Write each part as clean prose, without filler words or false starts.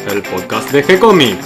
el podcast de G-Comics.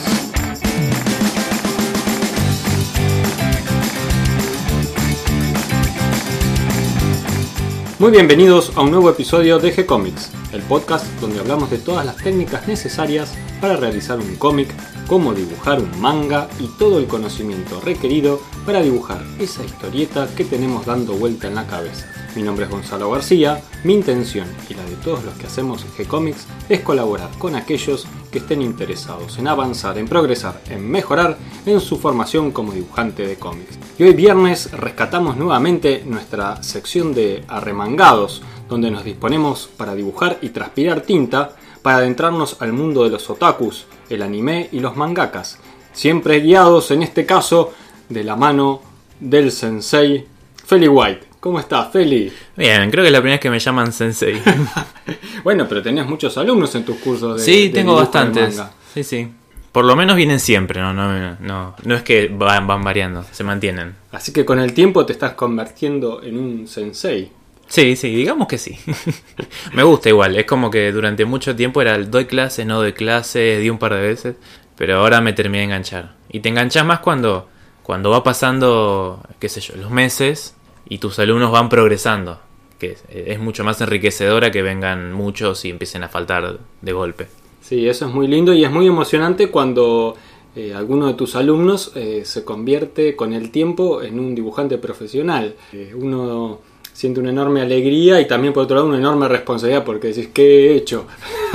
Muy bienvenidos a un nuevo episodio de G-Comics, el podcast donde hablamos de todas las técnicas necesarias para realizar un cómic, cómo dibujar un manga y todo el conocimiento requerido para dibujar esa historieta que tenemos dando vuelta en la cabeza. Mi nombre es Gonzalo García, mi intención y la de todos los que hacemos G-Comics es colaborar con aquellos que estén interesados en avanzar, en progresar, en mejorar en su formación como dibujante de cómics. Y hoy viernes rescatamos nuevamente nuestra sección de arremangados, donde nos disponemos para dibujar y transpirar tinta para adentrarnos al mundo de los otakus, el anime y los mangakas, siempre guiados en este caso de la mano del sensei Feli White. ¿Cómo estás, Feli? Bien, creo que es la primera vez que me llaman sensei. Bueno, pero tenés muchos alumnos en tus cursos de Sí, tengo dibujo bastantes. de manga. Sí. Por lo menos vienen siempre, no es que van variando, se mantienen. Así que con el tiempo te estás convirtiendo en un sensei. Sí, digamos que sí. Me gusta igual, es como que durante mucho tiempo era el doy clases, no doy clases, di un par de veces, pero ahora me terminé de enganchar. Y te enganchas más cuando va pasando, qué sé yo, los meses y tus alumnos van progresando, que es mucho más enriquecedora que vengan muchos y empiecen a faltar de golpe. Sí, eso es muy lindo y es muy emocionante cuando alguno de tus alumnos se convierte con el tiempo en un dibujante profesional. Uno siente una enorme alegría y también por otro lado una enorme responsabilidad porque decís, ¿qué he hecho?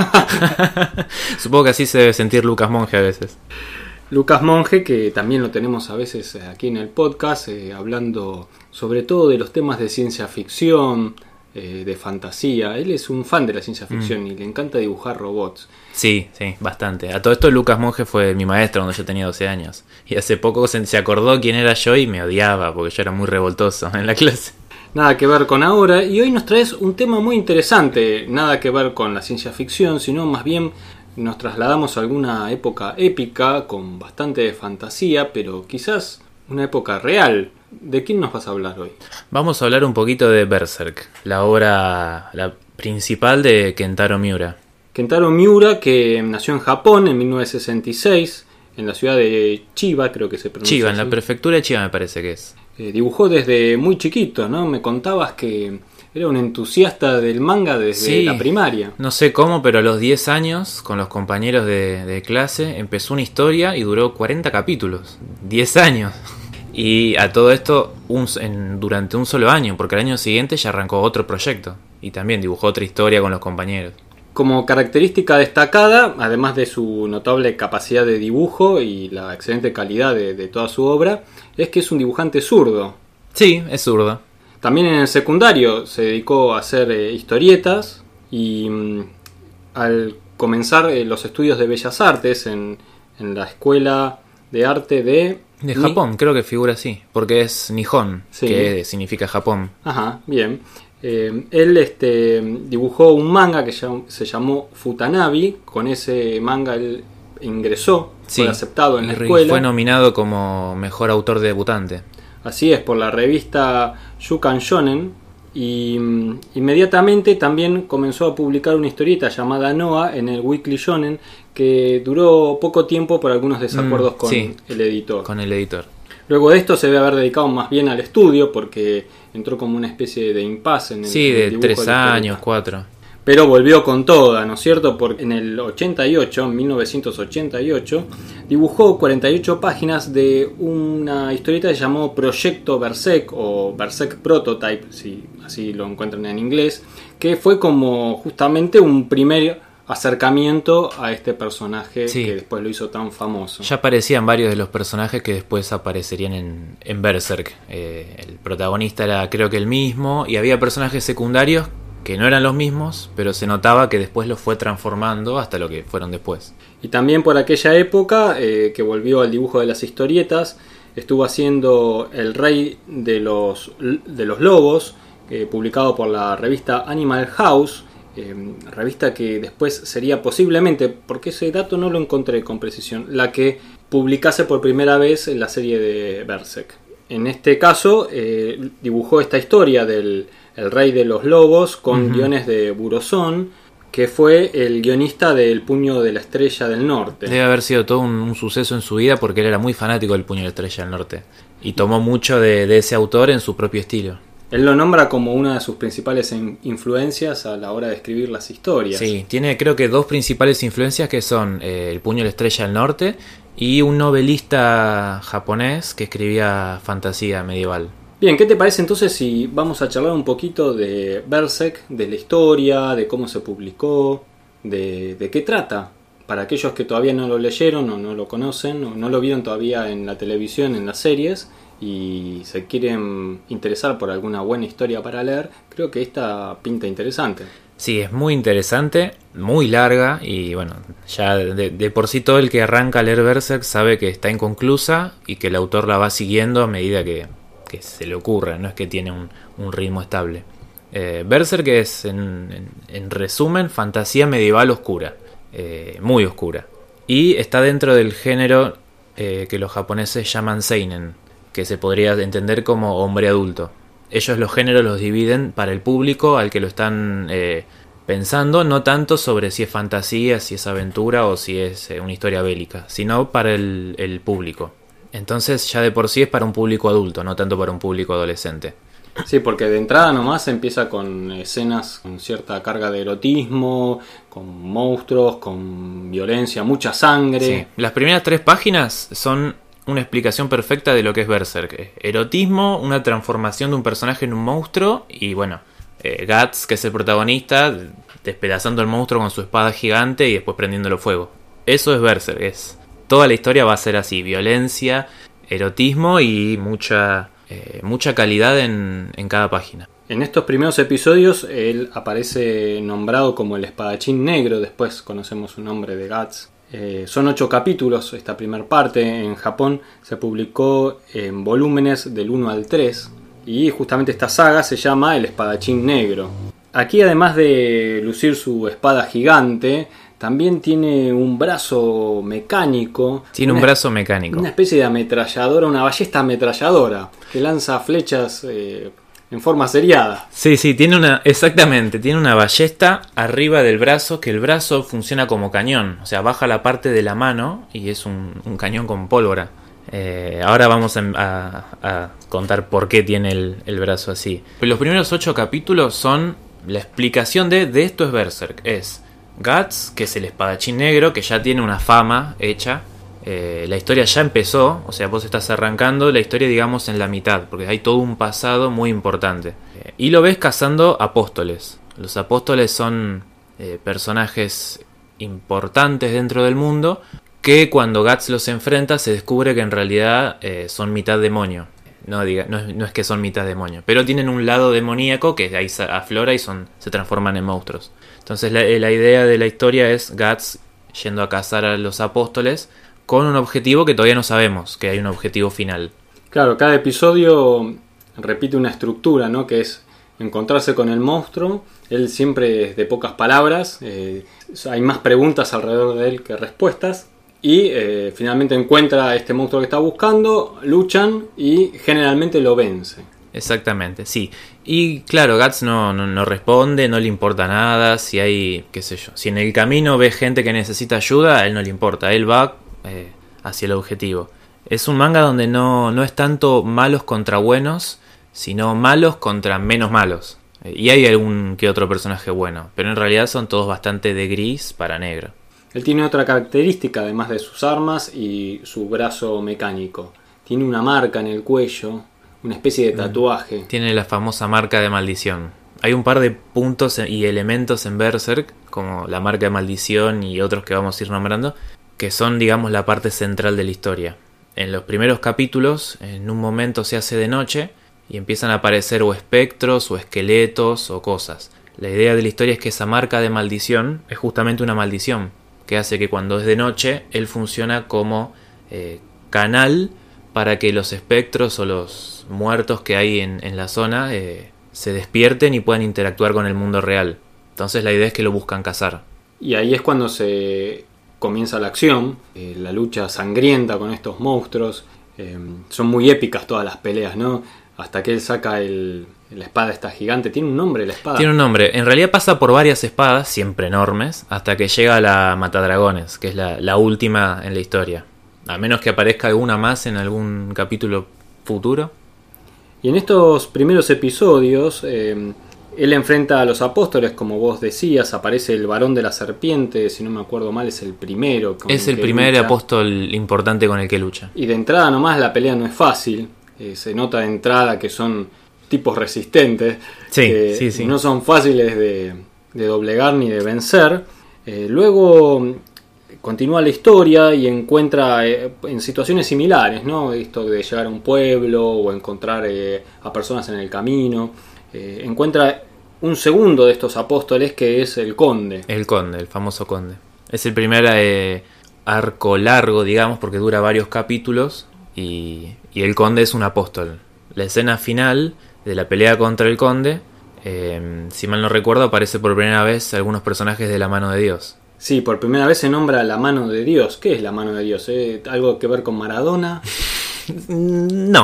Supongo que así se debe sentir Lucas Monge a veces. Lucas Monge, que también lo tenemos a veces aquí en el podcast, hablando sobre todo de los temas de ciencia ficción, de fantasía. Él es un fan de la ciencia ficción y le encanta dibujar robots. Sí, bastante. A todo esto Lucas Monge fue mi maestro cuando yo tenía 12 años. Y hace poco se acordó quién era yo y me odiaba porque yo era muy revoltoso en la clase. Nada que ver con ahora, y hoy nos traes un tema muy interesante, nada que ver con la ciencia ficción, sino más bien nos trasladamos a alguna época épica con bastante fantasía, pero quizás una época real. ¿De quién nos vas a hablar hoy? Vamos a hablar un poquito de Berserk, la obra principal de Kentaro Miura. Kentaro Miura, que nació en Japón en 1966, en la ciudad de Chiba, creo que se pronuncia Chiba, así. en la prefectura de Chiba me parece que es. Dibujó desde muy chiquito, ¿no? Me contabas que era un entusiasta del manga desde la primaria. No sé cómo, pero a los 10 años, con los compañeros de clase, empezó una historia y duró 40 capítulos. 10 años. Y a todo esto durante un solo año, porque al año siguiente ya arrancó otro proyecto. Y también dibujó otra historia con los compañeros. Como característica destacada, además de su notable capacidad de dibujo y la excelente calidad de toda su obra, es que es un dibujante zurdo. Sí, es zurdo. También en el secundario se dedicó a hacer historietas y al comenzar los estudios de Bellas Artes en la Escuela de Arte de Japón, creo que figura así, porque es Nihon, sí, que significa Japón. Ajá, bien. Él dibujó un manga que se llamó Futanabi. Con ese manga él ingresó, fue aceptado en la escuela. Fue nominado como mejor autor debutante. Así es, por la revista Shukan Shonen. Y inmediatamente también comenzó a publicar una historieta llamada Noah en el Weekly Shonen, que duró poco tiempo por algunos desacuerdos con el editor. Con el editor. Luego de esto se debe haber dedicado más bien al estudio, porque entró como una especie de impasse en el de dibujo 3 años, 4. Pero volvió con toda, ¿no es cierto? Porque en el 88, en 1988, dibujó 48 páginas de una historieta que se llamó Proyecto Berserk o Berserk Prototype, si así lo encuentran en inglés, que fue como justamente un primer acercamiento a este personaje que después lo hizo tan famoso. Ya aparecían varios de los personajes que después aparecerían en Berserk. El protagonista era creo que el mismo y había personajes secundarios que no eran los mismos, pero se notaba que después los fue transformando hasta lo que fueron después. Y también por aquella época que volvió al dibujo de las historietas, estuvo haciendo El Rey de los Lobos, publicado por la revista Animal House, revista que después sería posiblemente, porque ese dato no lo encontré con precisión, la que publicase por primera vez la serie de Berserk. En este caso dibujó esta historia del El Rey de los Lobos con guiones de Burosón, que fue el guionista del Puño de la Estrella del Norte. Debe haber sido todo un suceso en su vida porque él era muy fanático del Puño de la Estrella del Norte. Y tomó mucho de ese autor en su propio estilo. Él lo nombra como una de sus principales influencias a la hora de escribir las historias. Sí, tiene creo que dos principales influencias que son el Puño de la Estrella del Norte y un novelista japonés que escribía fantasía medieval. Bien, ¿qué te parece entonces si vamos a charlar un poquito de Berserk, de la historia, de cómo se publicó, de qué trata? Para aquellos que todavía no lo leyeron o no lo conocen o no lo vieron todavía en la televisión, en las series, y se quieren interesar por alguna buena historia para leer, creo que esta pinta interesante. Sí, es muy interesante, muy larga y bueno, ya de por sí todo el que arranca a leer Berserk sabe que está inconclusa y que el autor la va siguiendo a medida que se le ocurra, no es que tiene un ritmo estable. Berserk es, en resumen, fantasía medieval oscura, muy oscura. Y está dentro del género que los japoneses llaman seinen, que se podría entender como hombre adulto. Ellos los géneros los dividen para el público al que lo están pensando, no tanto sobre si es fantasía, si es aventura o si es una historia bélica, sino para el público. Entonces ya de por sí es para un público adulto, no tanto para un público adolescente. Sí, porque de entrada nomás empieza con escenas con cierta carga de erotismo, con monstruos, con violencia, mucha sangre. Sí. Las primeras 3 páginas son una explicación perfecta de lo que es Berserk. Erotismo, una transformación de un personaje en un monstruo y bueno, Guts, que es el protagonista, despedazando al monstruo con su espada gigante y después prendiéndolo fuego. Eso es Berserk, toda la historia va a ser así, violencia, erotismo y mucha calidad en cada página. En estos primeros episodios él aparece nombrado como el espadachín negro, después conocemos su nombre de Guts. Son 8 capítulos esta primera parte. En Japón se publicó en volúmenes del 1 al 3 y justamente esta saga se llama El Espadachín Negro. Aquí, además de lucir su espada gigante, también tiene un brazo mecánico. Tiene un brazo mecánico. Una especie de ametralladora, una ballesta ametralladora que lanza flechas en forma seriada. Sí, tiene una ballesta arriba del brazo, que el brazo funciona como cañón. O sea, baja la parte de la mano y es un cañón con pólvora. Ahora vamos a contar por qué tiene el brazo así. Los primeros 8 capítulos son la explicación de esto es Berserk. Es Guts, que es el espadachín negro, que ya tiene una fama hecha. La historia ya empezó, o sea, vos estás arrancando la historia, digamos, en la mitad, porque hay todo un pasado muy importante. Y lo ves cazando apóstoles. Los apóstoles son personajes importantes dentro del mundo, que cuando Guts los enfrenta se descubre que en realidad son mitad demonio. No es que son mitad demonio, pero tienen un lado demoníaco que ahí aflora y se transforman en monstruos. Entonces la idea de la historia es Guts yendo a cazar a los apóstoles con un objetivo que todavía no sabemos, que hay un objetivo final. Claro, cada episodio repite una estructura, ¿no? Que es encontrarse con el monstruo. Él siempre es de pocas palabras, hay más preguntas alrededor de él que respuestas. Y finalmente encuentra a este monstruo que está buscando, luchan y generalmente lo vence. Exactamente, sí. Y claro, Guts no responde, no le importa nada. Si hay, qué sé yo, si en el camino ve gente que necesita ayuda, a él no le importa. Él va hacia el objetivo. Es un manga donde no es tanto malos contra buenos, sino malos contra menos malos. Y hay algún que otro personaje bueno, pero en realidad son todos bastante de gris para negro. Él tiene otra característica, además de sus armas y su brazo mecánico. Tiene una marca en el cuello, una especie de tatuaje. Tiene la famosa marca de maldición. Hay un par de puntos y elementos en Berserk, como la marca de maldición y otros que vamos a ir nombrando, que son, digamos, la parte central de la historia. En los primeros capítulos, en un momento se hace de noche y empiezan a aparecer o espectros o esqueletos o cosas. La idea de la historia es que esa marca de maldición es justamente una maldición, que hace que cuando es de noche, él funciona como canal para que los espectros o los muertos que hay en la zona se despierten y puedan interactuar con el mundo real. Entonces la idea es que lo buscan cazar. Y ahí es cuando se comienza la acción, la lucha sangrienta con estos monstruos. Son muy épicas todas las peleas, ¿no? Hasta que él saca el la espada esta gigante. ¿Tiene un nombre la espada? Tiene un nombre. En realidad pasa por varias espadas, siempre enormes, hasta que llega a la Matadragones, que es la última en la historia. A menos que aparezca alguna más en algún capítulo futuro. Y en estos primeros episodios, él enfrenta a los apóstoles, como vos decías. Aparece el varón de la serpiente, si no me acuerdo mal, es el primero. Es el primer apóstol importante con el que lucha. Y de entrada nomás la pelea no es fácil. Se nota de entrada que son tipos resistentes. Sí. No son fáciles de doblegar ni de vencer. Luego continúa la historia y encuentra en situaciones similares, ¿no? Esto de llegar a un pueblo o encontrar a personas en el camino. Encuentra un segundo de estos apóstoles, que es el conde. El conde, el famoso conde. Es el primer arco largo, digamos, porque dura varios capítulos. Y el conde es un apóstol. La escena final de la pelea contra el conde, si mal no recuerdo, aparece por primera vez algunos personajes de la mano de Dios. Sí, por primera vez se nombra la mano de Dios. ¿Qué es la mano de Dios? ¿Algo que ver con Maradona? No,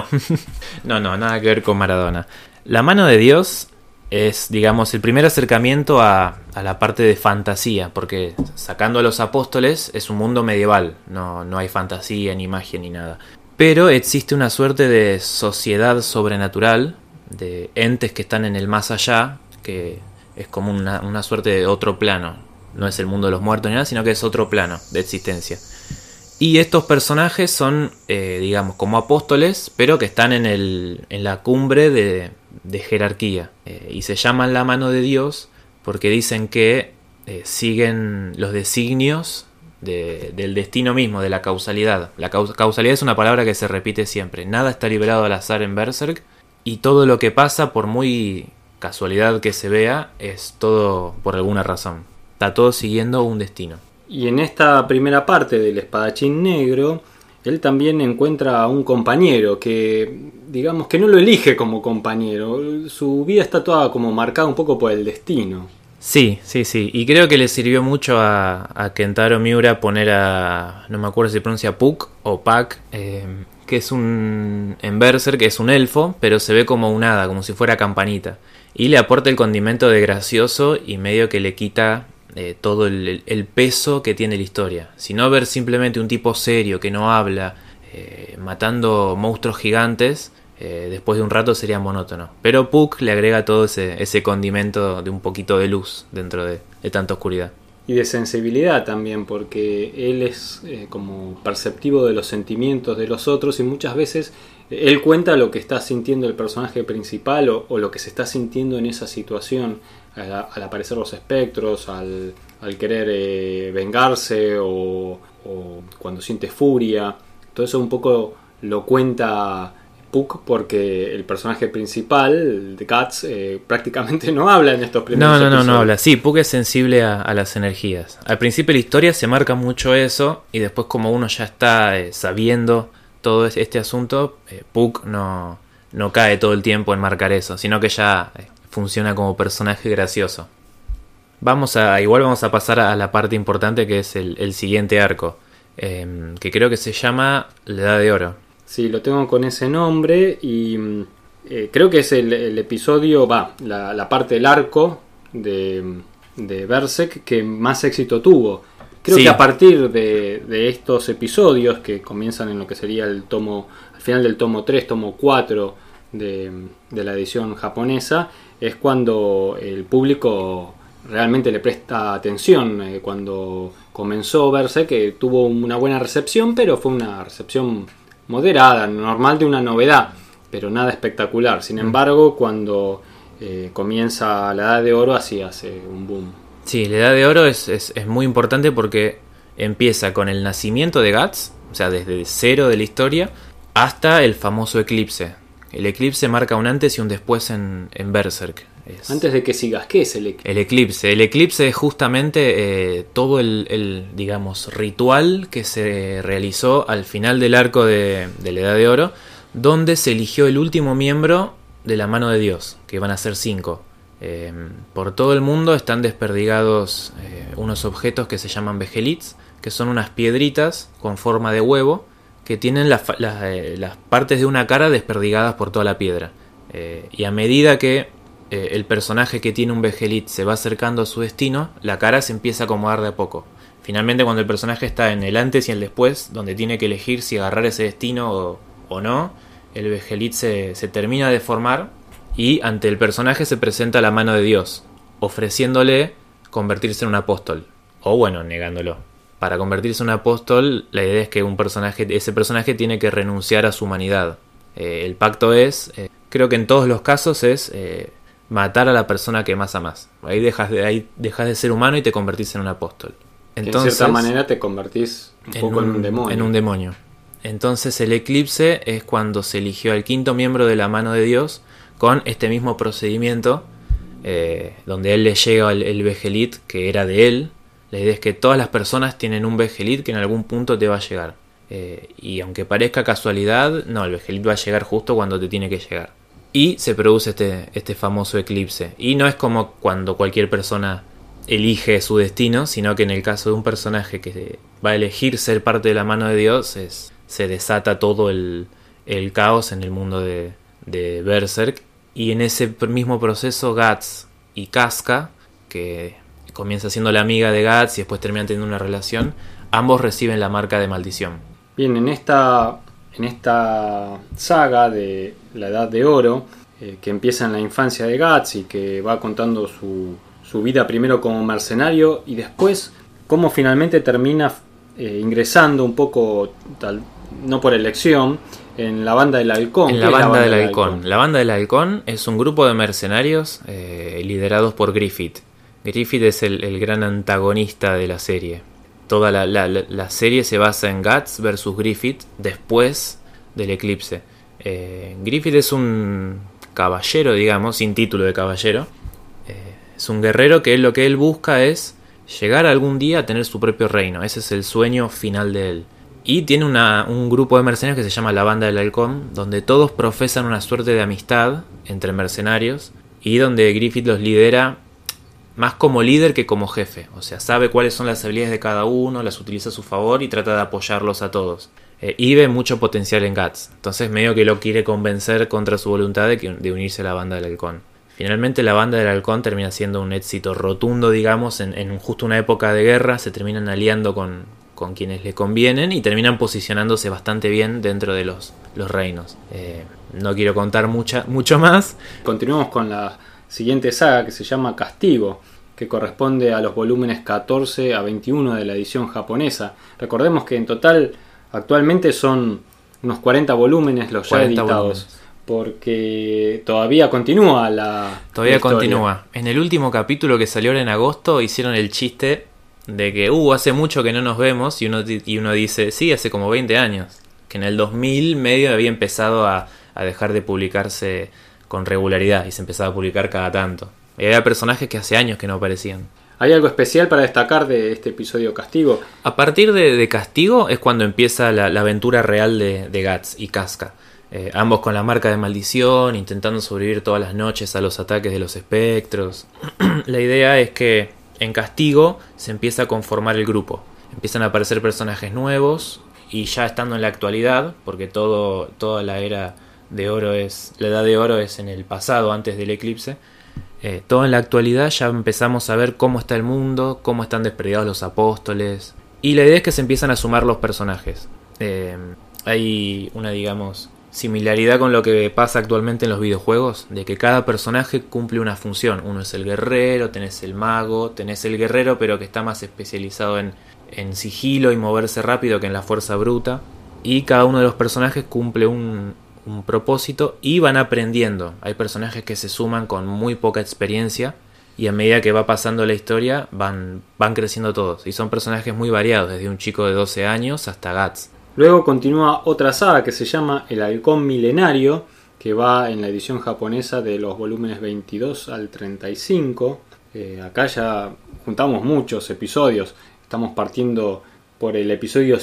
nada que ver con Maradona. La mano de Dios es, digamos, el primer acercamiento a la parte de fantasía, porque sacando a los apóstoles es un mundo medieval, no hay fantasía, ni magia, ni nada. Pero existe una suerte de sociedad sobrenatural, de entes que están en el más allá, que es como una suerte de otro plano. No es el mundo de los muertos ni nada, sino que es otro plano de existencia. Y estos personajes son, digamos, como apóstoles, pero que están en la cumbre de jerarquía. Y se llaman la mano de Dios porque dicen que siguen los designios del destino mismo, de la causalidad. La causalidad es una palabra que se repite siempre. Nada está liberado al azar en Berserk. Y todo lo que pasa, por muy casualidad que se vea, es todo por alguna razón. Está todo siguiendo un destino. Y en esta primera parte del espadachín negro, él también encuentra a un compañero que, digamos, que no lo elige como compañero. Su vida está toda como marcada un poco por el destino. Sí. Y creo que le sirvió mucho a Kentaro Miura poner no me acuerdo si pronuncia Puck o Pac, que es en Berserk, que es un elfo, pero se ve como un hada, como si fuera Campanita. Y le aporta el condimento de gracioso y medio que le quita todo el peso que tiene la historia. Si no, ver simplemente un tipo serio que no habla, matando monstruos gigantes, después de un rato sería monótono. Pero Puck le agrega todo ese condimento de un poquito de luz dentro de tanta oscuridad. Y de sensibilidad también, porque él es como perceptivo de los sentimientos de los otros, y muchas veces él cuenta lo que está sintiendo el personaje principal o lo que se está sintiendo en esa situación al aparecer los espectros, al querer vengarse o cuando siente furia. Todo eso un poco lo cuenta Puck, porque el personaje principal, de Guts, prácticamente no habla en estos primeros episodios. No habla. Sí, Puck es sensible a las energías. Al principio de la historia se marca mucho eso, y después, como uno ya está sabiendo todo este asunto, Puck no cae todo el tiempo en marcar eso, sino que ya funciona como personaje gracioso. Igual vamos a pasar a la parte importante, que es el siguiente arco, que creo que se llama La Edad de Oro. Sí, lo tengo con ese nombre y creo que es el episodio, la parte del arco de Berserk que más éxito tuvo. Creo que a partir de estos episodios que comienzan en lo que sería al final del tomo 3, tomo 4 de la edición japonesa, es cuando el público realmente le presta atención. Cuando comenzó Berserk, que tuvo una buena recepción, pero fue una recepción moderada, normal de una novedad, pero nada espectacular. Sin embargo, cuando comienza la Edad de Oro, así hace un boom. Sí, la Edad de Oro es muy importante porque empieza con el nacimiento de Guts, o sea, desde cero de la historia, hasta el famoso eclipse. El eclipse marca un antes y un después en Berserk. Antes de que sigas, ¿qué es el eclipse? El eclipse es justamente todo el digamos, ritual que se realizó al final del arco de la Edad de Oro, donde se eligió el último miembro de la mano de Dios, que van a ser 5. Por todo el mundo están desperdigados unos objetos que se llaman Behelits, que son unas piedritas con forma de huevo que tienen las partes de una cara desperdigadas por toda la piedra. Y a medida que el personaje que tiene un Behelit se va acercando a su destino, la cara se empieza a acomodar de a poco. Finalmente, cuando el personaje está en el antes y el después, donde tiene que elegir si agarrar ese destino o no, el Behelit se termina de formar y ante el personaje se presenta la mano de Dios, ofreciéndole convertirse en un apóstol, o bueno, negándolo. Para convertirse en un apóstol, la idea es que ese personaje tiene que renunciar a su humanidad. El pacto es, creo que en todos los casos es matar a la persona que más amás. Ahí dejas de ser humano y te convertís en un apóstol. Entonces, en cierta manera te convertís un poco en un demonio. En un demonio. Entonces el eclipse es cuando se eligió al quinto miembro de la mano de Dios con este mismo procedimiento, donde él le llega el Behelit que era de él. La idea es que todas las personas tienen un Behelit que en algún punto te va a llegar. Y aunque parezca casualidad, no, el Behelit va a llegar justo cuando te tiene que llegar. Y se produce este famoso eclipse. Y no es como cuando cualquier persona elige su destino, sino que en el caso de un personaje que va a elegir ser parte de la mano de Dios, se desata todo el caos en el mundo de Berserk. Y en ese mismo proceso, Guts y Casca, que comienza siendo la amiga de Guts y después terminan teniendo una relación, ambos reciben la marca de maldición. Bien, en esta saga de la Edad de Oro, que empieza en la infancia de Guts y que va contando su vida primero como mercenario y después cómo finalmente termina ingresando un poco, no por elección, en la Banda del Halcón. En la Banda del Halcón. La Banda del Halcón es un grupo de mercenarios liderados por Griffith. Griffith es el gran antagonista de la serie. Toda la serie se basa en Guts versus Griffith después del eclipse. Griffith es un caballero, digamos, sin título de caballero. Es un guerrero que lo que él busca es llegar algún día a tener su propio reino. Ese es el sueño final de él. Y tiene un grupo de mercenarios que se llama la Banda del Halcón, donde todos profesan una suerte de amistad entre mercenarios y donde Griffith los lidera más como líder que como jefe. O sea, sabe cuáles son las habilidades de cada uno, las utiliza a su favor y trata de apoyarlos a todos. Y ve mucho potencial en Guts. Entonces medio que lo quiere convencer contra su voluntad de unirse a la Banda del Halcón. Finalmente la Banda del Halcón termina siendo un éxito rotundo, digamos, en justo una época de guerra. Se terminan aliando con quienes le convienen y terminan posicionándose bastante bien dentro de los reinos. No quiero contar mucho más. Continuamos con la siguiente saga, que se llama Castigo, que corresponde a los volúmenes 14 a 21 de la edición japonesa. Recordemos que en total actualmente son unos 40 volúmenes los ya editados. Volúmenes. Porque todavía continúa la continúa. En el último capítulo que salió ahora en agosto hicieron el chiste de que hace mucho que no nos vemos y uno dice, sí, hace como 20 años. Que en el 2000 medio había empezado a dejar de publicarse con regularidad y se empezaba a publicar cada tanto. Y había personajes que hace años que no aparecían. ¿Hay algo especial para destacar de este episodio Castigo? A partir de Castigo es cuando empieza la aventura real de Guts y Casca. Ambos con la marca de maldición, intentando sobrevivir todas las noches a los ataques de los espectros. La idea es que en Castigo se empieza a conformar el grupo. Empiezan a aparecer personajes nuevos y ya estando en la actualidad, porque toda la era de oro la edad de oro es en el pasado, antes del eclipse. Todo en la actualidad ya empezamos a ver cómo está el mundo, cómo están desperdigados los apóstoles. Y la idea es que se empiezan a sumar los personajes. Hay una, digamos, similaridad con lo que pasa actualmente en los videojuegos, de que cada personaje cumple una función. Uno es el guerrero, tenés el mago, tenés el guerrero pero que está más especializado en sigilo y moverse rápido que en la fuerza bruta. Y cada uno de los personajes cumple un propósito y van aprendiendo. Hay personajes que se suman con muy poca experiencia y a medida que va pasando la historia van creciendo todos. Y son personajes muy variados, desde un chico de 12 años hasta Guts. Luego continúa otra saga que se llama El Halcón Milenario, que va en la edición japonesa de los volúmenes 22 al 35. Acá ya juntamos muchos episodios. Estamos partiendo por el episodio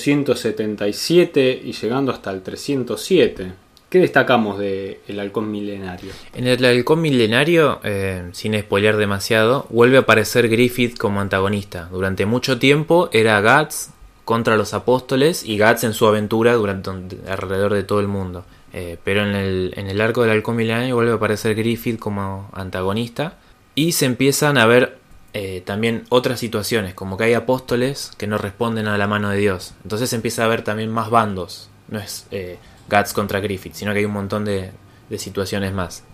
177 y llegando hasta el 307. ¿Qué destacamos de El Halcón Milenario? En El Halcón Milenario, sin spoilear demasiado, vuelve a aparecer Griffith como antagonista. Durante mucho tiempo era Guts contra los apóstoles y Guts en su aventura alrededor de todo el mundo. Pero en el arco del Halcón Milenario vuelve a aparecer Griffith como antagonista. Y se empiezan a ver también otras situaciones, como que hay apóstoles que no responden a la mano de Dios. Entonces se empieza a ver también más bandos. No es Guts contra Griffith, sino que hay un montón de situaciones más.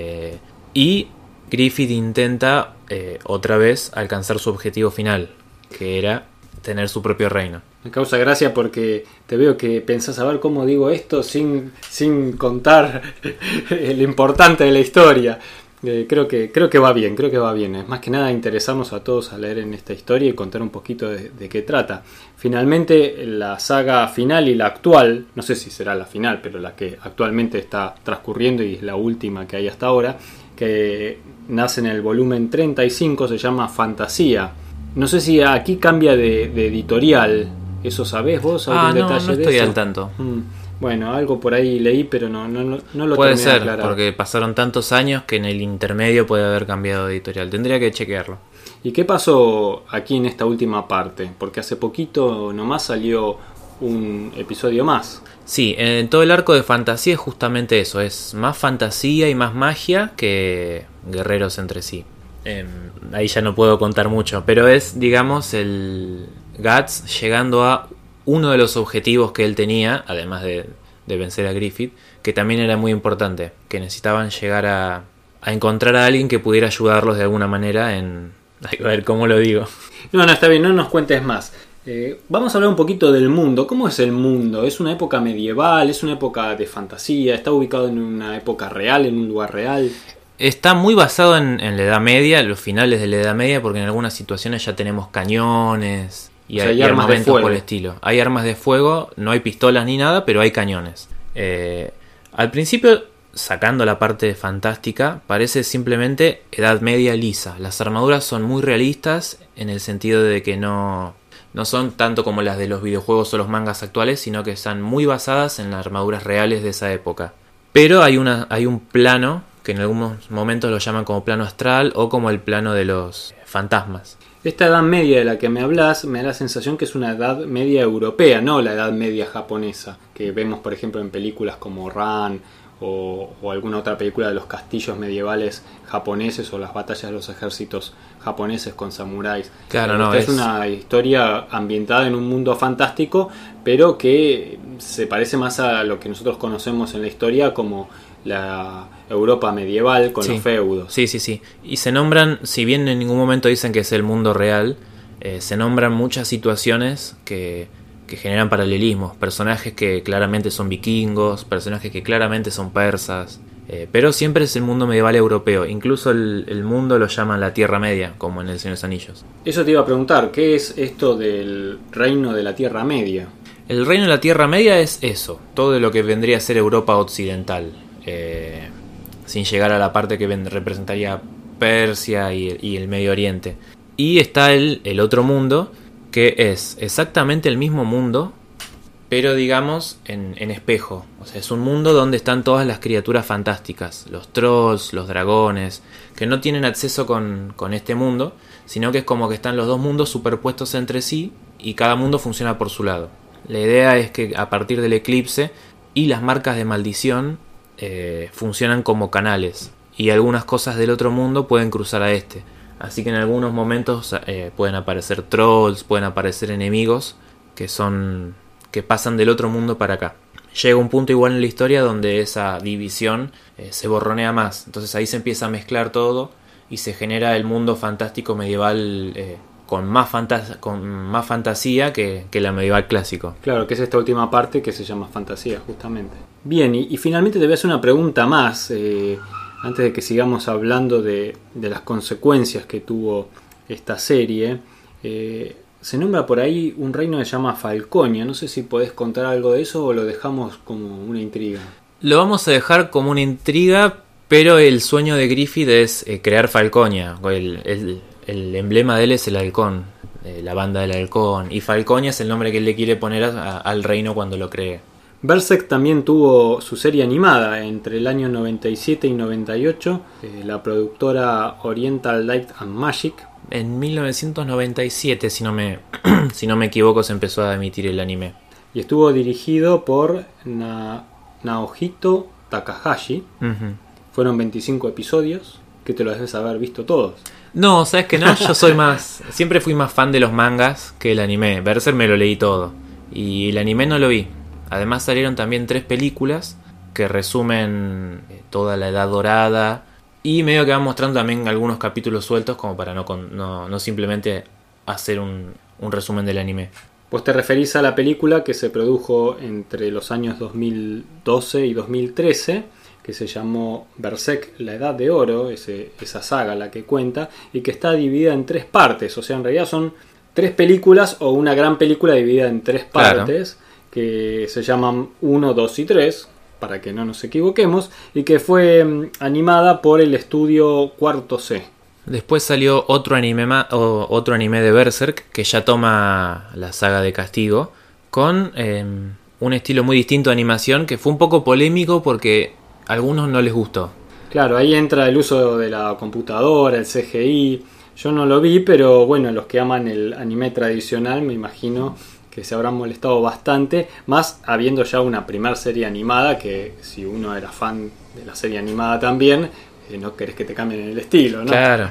Y Griffith intenta otra vez alcanzar su objetivo final, que era tener su propio reino. Me causa gracia porque te veo que pensás a ver cómo digo esto sin contar lo importante de la historia. Creo que va bien. Es más que nada interesarnos a todos a leer en esta historia y contar un poquito de qué trata. Finalmente, la saga final y la actual, no sé si será la final, pero la que actualmente está transcurriendo y es la última que hay hasta ahora, que nace en el volumen 35, se llama Fantasía. No sé si aquí cambia de editorial. ¿Eso sabés vos? ¿Algún detalle no de estoy eso? al tanto. Bueno, algo por ahí leí, pero no lo puede terminé de ser, aclarar. porque pasaron tantos años que en el intermedio puede haber cambiado de editorial. Tendría que chequearlo. ¿Y qué pasó aquí en esta última parte? Porque hace poquito nomás salió un episodio más. Sí, en todo el arco de fantasía es justamente eso. Es más fantasía y más magia que guerreros entre sí. Ahí ya no puedo contar mucho, pero es, digamos, el Guts llegando a uno de los objetivos que él tenía, además de vencer a Griffith, que también era muy importante, que necesitaban llegar a encontrar a alguien que pudiera ayudarlos de alguna manera en... A ver, ¿cómo lo digo? No, está bien, no nos cuentes más. Vamos a hablar un poquito del mundo. ¿Cómo es el mundo? ¿Es una época medieval? ¿Es una época de fantasía? ¿Está ubicado en una época real, en un lugar real? Está muy basado en la Edad Media, los finales de la Edad Media, porque en algunas situaciones ya tenemos cañones y hay armamentos por el estilo. Hay armas de fuego, no hay pistolas ni nada, pero hay cañones. Al principio, sacando la parte fantástica, parece simplemente Edad Media lisa. Las armaduras son muy realistas en el sentido de que no son tanto como las de los videojuegos o los mangas actuales, sino que están muy basadas en las armaduras reales de esa época. Pero hay un plano que en algunos momentos lo llaman como plano astral o como el plano de los fantasmas. Esta Edad Media de la que me hablas me da la sensación que es una Edad Media europea, no la Edad Media japonesa, que vemos por ejemplo en películas como Ran o alguna otra película de los castillos medievales japoneses o las batallas de los ejércitos japoneses con samuráis. Claro, no, es una historia ambientada en un mundo fantástico, pero que se parece más a lo que nosotros conocemos en la historia como la Europa medieval con los feudos. Sí. Y se nombran, si bien en ningún momento dicen que es el mundo real, se nombran muchas situaciones que generan paralelismos. Personajes que claramente son vikingos, personajes que claramente son persas. Pero siempre es el mundo medieval europeo. Incluso el mundo lo llaman la Tierra Media, como en El Señor de los Anillos. Eso te iba a preguntar, ¿qué es esto del reino de la Tierra Media? El reino de la Tierra Media es eso, todo lo que vendría a ser Europa occidental. Sin llegar a la parte que representaría Persia y el Medio Oriente. Y está el otro mundo, que es exactamente el mismo mundo, pero digamos en espejo. O sea, es un mundo donde están todas las criaturas fantásticas, los trolls, los dragones, que no tienen acceso con este mundo, sino que es como que están los dos mundos superpuestos entre sí y cada mundo funciona por su lado. La idea es que a partir del eclipse y las marcas de maldición funcionan como canales y algunas cosas del otro mundo pueden cruzar a este. Así que en algunos momentos pueden aparecer trolls, pueden aparecer enemigos que pasan del otro mundo para acá. Llega un punto igual en la historia donde esa división se borronea más. Entonces ahí se empieza a mezclar todo y se genera el mundo fantástico medieval con más fantasía que la medieval clásico. Claro, que es esta última parte que se llama fantasía, justamente. Bien, y finalmente te voy a hacer una pregunta más, antes de que sigamos hablando de las consecuencias que tuvo esta serie. Se nombra por ahí un reino que se llama Falconia. No sé si podés contar algo de eso o lo dejamos como una intriga. Lo vamos a dejar como una intriga, pero el sueño de Griffith es crear Falconia. El emblema de él es el halcón, la banda del halcón. Y Falconia es el nombre que él le quiere poner al reino cuando lo cree. Berserk también tuvo su serie animada entre el año 97 y 98. La productora Oriental Light and Magic. En 1997, si no me equivoco, se empezó a emitir el anime. Y estuvo dirigido por Naohito Takahashi. Ujú. Fueron 25 episodios, que te los debes haber visto todos. No, ¿sabes que no? Yo siempre fui más fan de los mangas que el anime. Berserk me lo leí todo. Y el anime no lo vi. Además salieron también 3 películas que resumen toda la Edad Dorada. Y medio que van mostrando también algunos capítulos sueltos como para no simplemente hacer un resumen del anime. Vos te referís a la película que se produjo entre los años 2012 y 2013, que se llamó Berserk, la Edad de Oro, esa saga la que cuenta, y que está dividida en 3 partes. O sea, en realidad son 3 películas o una gran película dividida en 3 partes, claro, que se llaman 1, 2 y 3, para que no nos equivoquemos, y que fue animada por el estudio Cuarto C. Después salió otro anime de Berserk que ya toma la saga de Castigo con un estilo muy distinto de animación que fue un poco polémico porque a algunos no les gustó. Claro, ahí entra el uso de la computadora, el CGI. Yo no lo vi, pero bueno, los que aman el anime tradicional me imagino que se habrán molestado bastante, más habiendo ya una primera serie animada que si uno era fan de la serie animada también, no querés que te cambien el estilo, ¿no? Claro,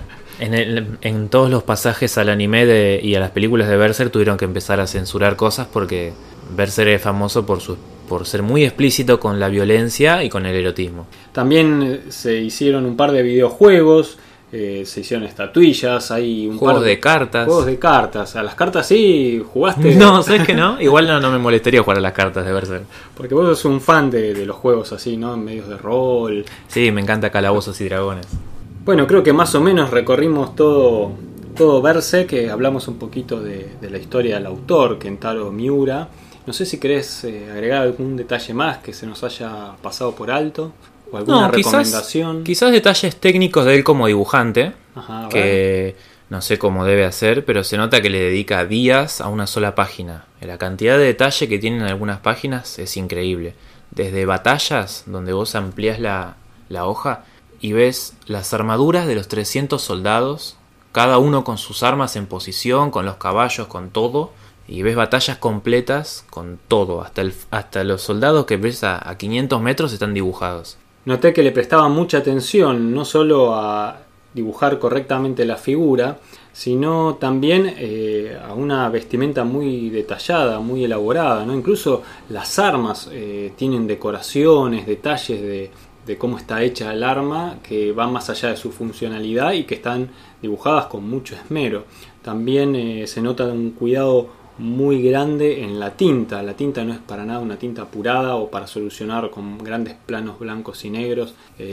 en todos los pasajes al anime y a las películas de Berserk tuvieron que empezar a censurar cosas porque Berserk es famoso por ser muy explícito con la violencia y con el erotismo. También se hicieron un par de videojuegos, se hicieron estatuillas, hay un juegos par de cartas. Juegos de cartas. A las cartas sí jugaste. No, ¿sabes que no? Igual no me molestaría jugar a las cartas de Berserk. Porque vos sos un fan de los juegos así, ¿no? En medios de rol. Sí, me encanta Calabozos y Dragones. Bueno, creo que más o menos recorrimos todo Berserk, que hablamos un poquito de la historia del autor, Kentaro Miura. No sé si querés agregar algún detalle más que se nos haya pasado por alto. ¿O alguna recomendación? Quizás detalles técnicos de él como dibujante. Ajá, que no sé cómo debe hacer, pero se nota que le dedica días a una sola página. La cantidad de detalle que tienen algunas páginas es increíble. Desde batallas, donde vos amplías la hoja y ves las armaduras de los 300 soldados, cada uno con sus armas en posición, con los caballos, con todo. Y ves batallas completas con todo, hasta los soldados que ves a 500 metros están dibujados. Noté que le prestaba mucha atención no solo a dibujar correctamente la figura, sino también a una vestimenta muy detallada, muy elaborada, ¿no? Incluso las armas tienen decoraciones, detalles de cómo está hecha el arma que van más allá de su funcionalidad y que están dibujadas con mucho esmero. También se nota un cuidado muy grande en la tinta. La tinta no es para nada una tinta apurada o para solucionar con grandes planos blancos y negros,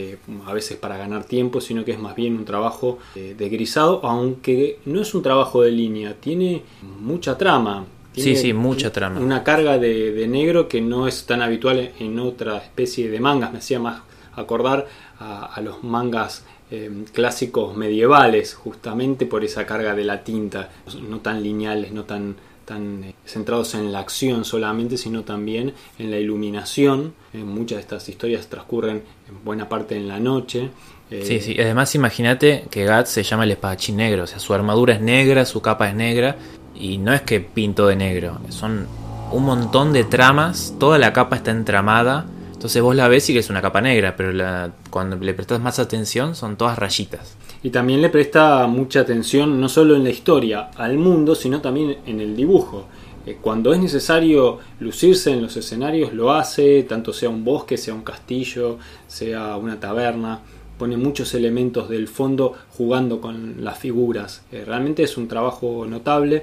a veces para ganar tiempo, sino que es más bien un trabajo de grisado, aunque no es un trabajo de línea, tiene mucha trama. Sí, mucha trama. Una carga de negro que no es tan habitual en otra especie de mangas. Me hacía más acordar a los mangas clásicos medievales, justamente por esa carga de la tinta, no tan lineales, no tan centrados en la acción solamente, sino también en la iluminación. Muchas de estas historias transcurren en buena parte en la noche. Sí, además imagínate que Guts se llama el espadachín negro, o sea, su armadura es negra, su capa es negra, y no es que pintó de negro, son un montón de tramas, toda la capa está entramada, entonces vos la ves y que es una capa negra, pero cuando le prestás más atención son todas rayitas. Y también le presta mucha atención no solo en la historia, al mundo, sino también en el dibujo. Cuando es necesario lucirse en los escenarios lo hace, tanto sea un bosque, sea un castillo, sea una taberna. Pone muchos elementos del fondo jugando con las figuras. Realmente es un trabajo notable.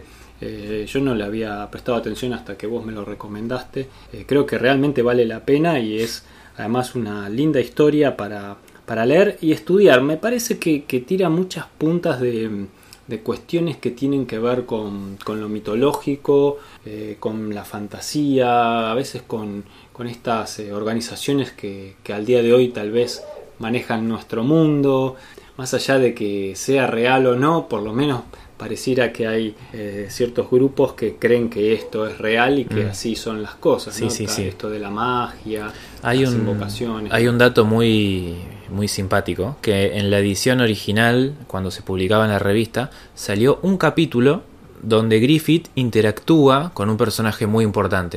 Yo no le había prestado atención hasta que vos me lo recomendaste. Creo que realmente vale la pena y es además una linda historia para leer y estudiar. Me parece que tira muchas puntas de cuestiones que tienen que ver con lo mitológico, con la fantasía, a veces con estas organizaciones que al día de hoy tal vez manejan nuestro mundo. Más allá de que sea real o no, por lo menos pareciera que hay ciertos grupos que creen que esto es real y que así son las cosas, ¿no? Sí. Esto de la magia, las invocaciones. Hay un dato muy simpático, que en la edición original, cuando se publicaba en la revista, salió un capítulo donde Griffith interactúa con un personaje muy importante,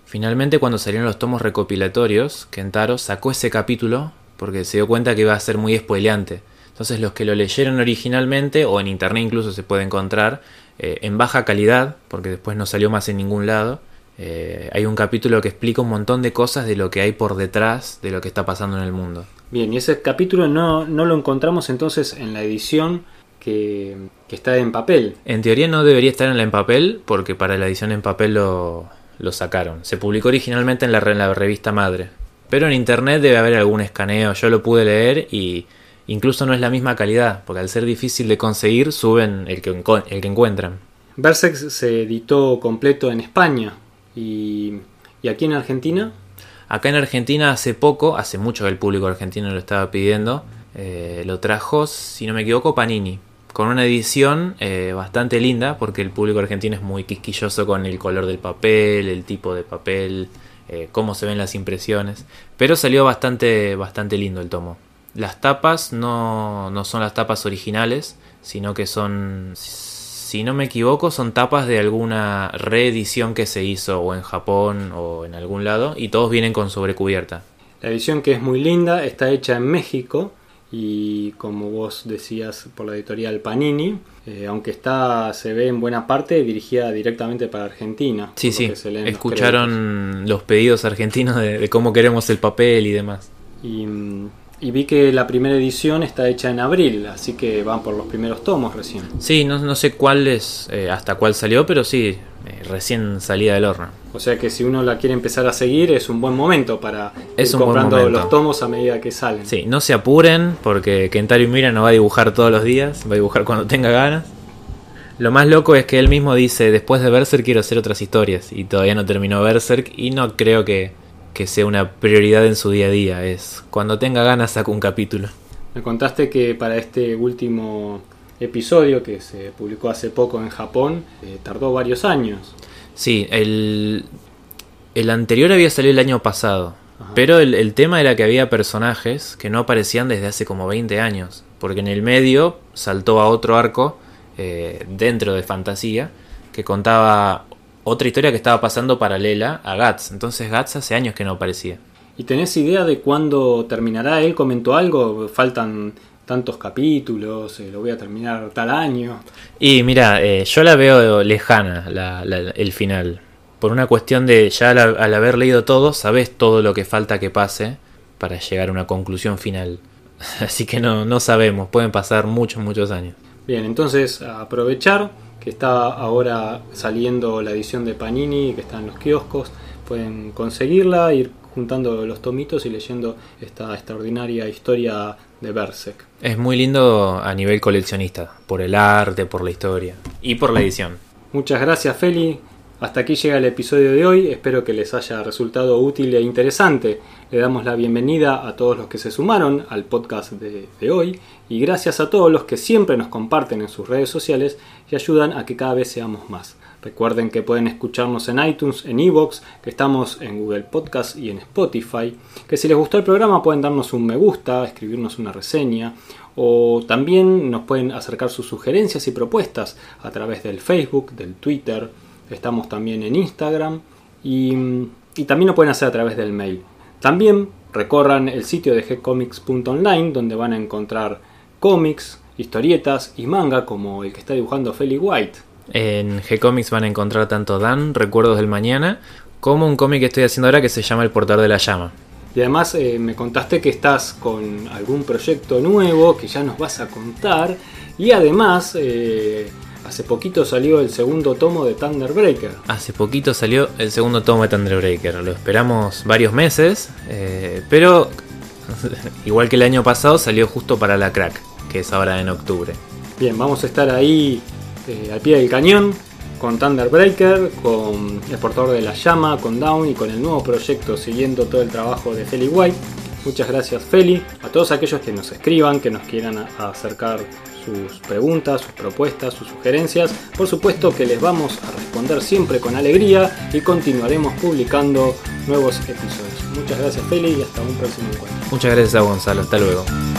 Finalmente, cuando salieron los tomos recopilatorios, Kentaro sacó ese capítulo porque se dio cuenta que iba a ser muy spoileante. Entonces los que lo leyeron originalmente, o en internet incluso se puede encontrar, en baja calidad, porque después no salió más en ningún lado, hay un capítulo que explica un montón de cosas de lo que hay por detrás de lo que está pasando en el mundo. Bien, y ese capítulo no lo encontramos entonces en la edición que está en papel. En teoría no debería estar en papel, porque para la edición en papel lo sacaron. Se publicó originalmente en la revista madre, pero en internet debe haber algún escaneo. Yo lo pude leer y incluso no es la misma calidad, porque al ser difícil de conseguir suben el que encuentran. Berserk se editó completo en España y aquí en Argentina. Acá en Argentina hace mucho que el público argentino lo estaba pidiendo, lo trajo, si no me equivoco, Panini, con una edición bastante linda, porque el público argentino es muy quisquilloso con el color del papel, el tipo de papel, cómo se ven las impresiones, pero salió bastante lindo el tomo. Las tapas no son las tapas originales, sino que son, si no me equivoco, son tapas de alguna reedición que se hizo o en Japón o en algún lado, y todos vienen con sobrecubierta. La edición, que es muy linda, está hecha en México y, como vos decías, por la editorial Panini, aunque se ve en buena parte dirigida directamente para Argentina. Sí, escucharon los pedidos argentinos de cómo queremos el papel y demás. Y vi que la primera edición está hecha en abril, así que van por los primeros tomos recién. Sí, no sé cuál es, hasta cuál salió, pero sí, recién salida del horno. O sea que si uno la quiere empezar a seguir, es un buen momento para ir comprando los tomos a medida que salen. Sí, no se apuren, porque Kentaro Miura no va a dibujar todos los días, va a dibujar cuando tenga ganas. Lo más loco es que él mismo dice, después de Berserk quiero hacer otras historias, y todavía no terminó Berserk, y no creo que sea una prioridad en su día a día. Es cuando tenga ganas saca un capítulo. Me contaste que para este último episodio, que se publicó hace poco en Japón, tardó varios años. Sí, el anterior había salido el año pasado. Ajá. Pero el tema era que había personajes que no aparecían desde hace como 20 años, porque en el medio saltó a otro arco dentro de fantasía que contaba otra historia que estaba pasando paralela a Guts. Entonces Guts hace años que no aparecía. ¿Y tenés idea de cuándo terminará? Él comentó algo, faltan tantos capítulos, lo voy a terminar tal año. Y mira, yo la veo lejana el final. Por una cuestión de ya al haber leído todo, sabes todo lo que falta que pase para llegar a una conclusión final. Así que no sabemos, pueden pasar muchos años. Bien, entonces a aprovechar que está ahora saliendo la edición de Panini, que está en los kioscos, pueden conseguirla, ir juntando los tomitos y leyendo esta extraordinaria historia de Berserk. Es muy lindo a nivel coleccionista, por el arte, por la historia y por la edición. Muchas gracias, Feli. Hasta aquí llega el episodio de hoy, espero que les haya resultado útil e interesante. Le damos la bienvenida a todos los que se sumaron al podcast de hoy y gracias a todos los que siempre nos comparten en sus redes sociales y ayudan a que cada vez seamos más. Recuerden que pueden escucharnos en iTunes, en iVoox, que estamos en Google Podcast y en Spotify, que si les gustó el programa pueden darnos un me gusta, escribirnos una reseña, o también nos pueden acercar sus sugerencias y propuestas a través del Facebook, del Twitter. Estamos también en Instagram y también lo pueden hacer a través del mail. También recorran el sitio de gcomics.online, donde van a encontrar cómics, historietas y manga como el que está dibujando Feli White. En Gcomics van a encontrar tanto Dan, Recuerdos del Mañana, como un cómic que estoy haciendo ahora que se llama El Portador de la Llama. Y además me contaste que estás con algún proyecto nuevo que ya nos vas a contar. Y además hace poquito salió el segundo tomo de Thunderbreaker. Hace poquito salió el segundo tomo de Thunderbreaker. Lo esperamos varios meses, pero igual que el año pasado salió justo para la Crack, que es ahora en octubre. Bien, vamos a estar ahí al pie del cañón con Thunderbreaker, con El Portador de la Llama, con Down y con el nuevo proyecto siguiendo todo el trabajo de Feli White. Muchas gracias, Feli. A todos aquellos que nos escriban, que nos quieran acercar sus preguntas, sus propuestas, sus sugerencias, por supuesto que les vamos a responder siempre con alegría y continuaremos publicando nuevos episodios. Muchas gracias, Feli, y hasta un próximo encuentro. Muchas gracias a Gonzalo, hasta luego.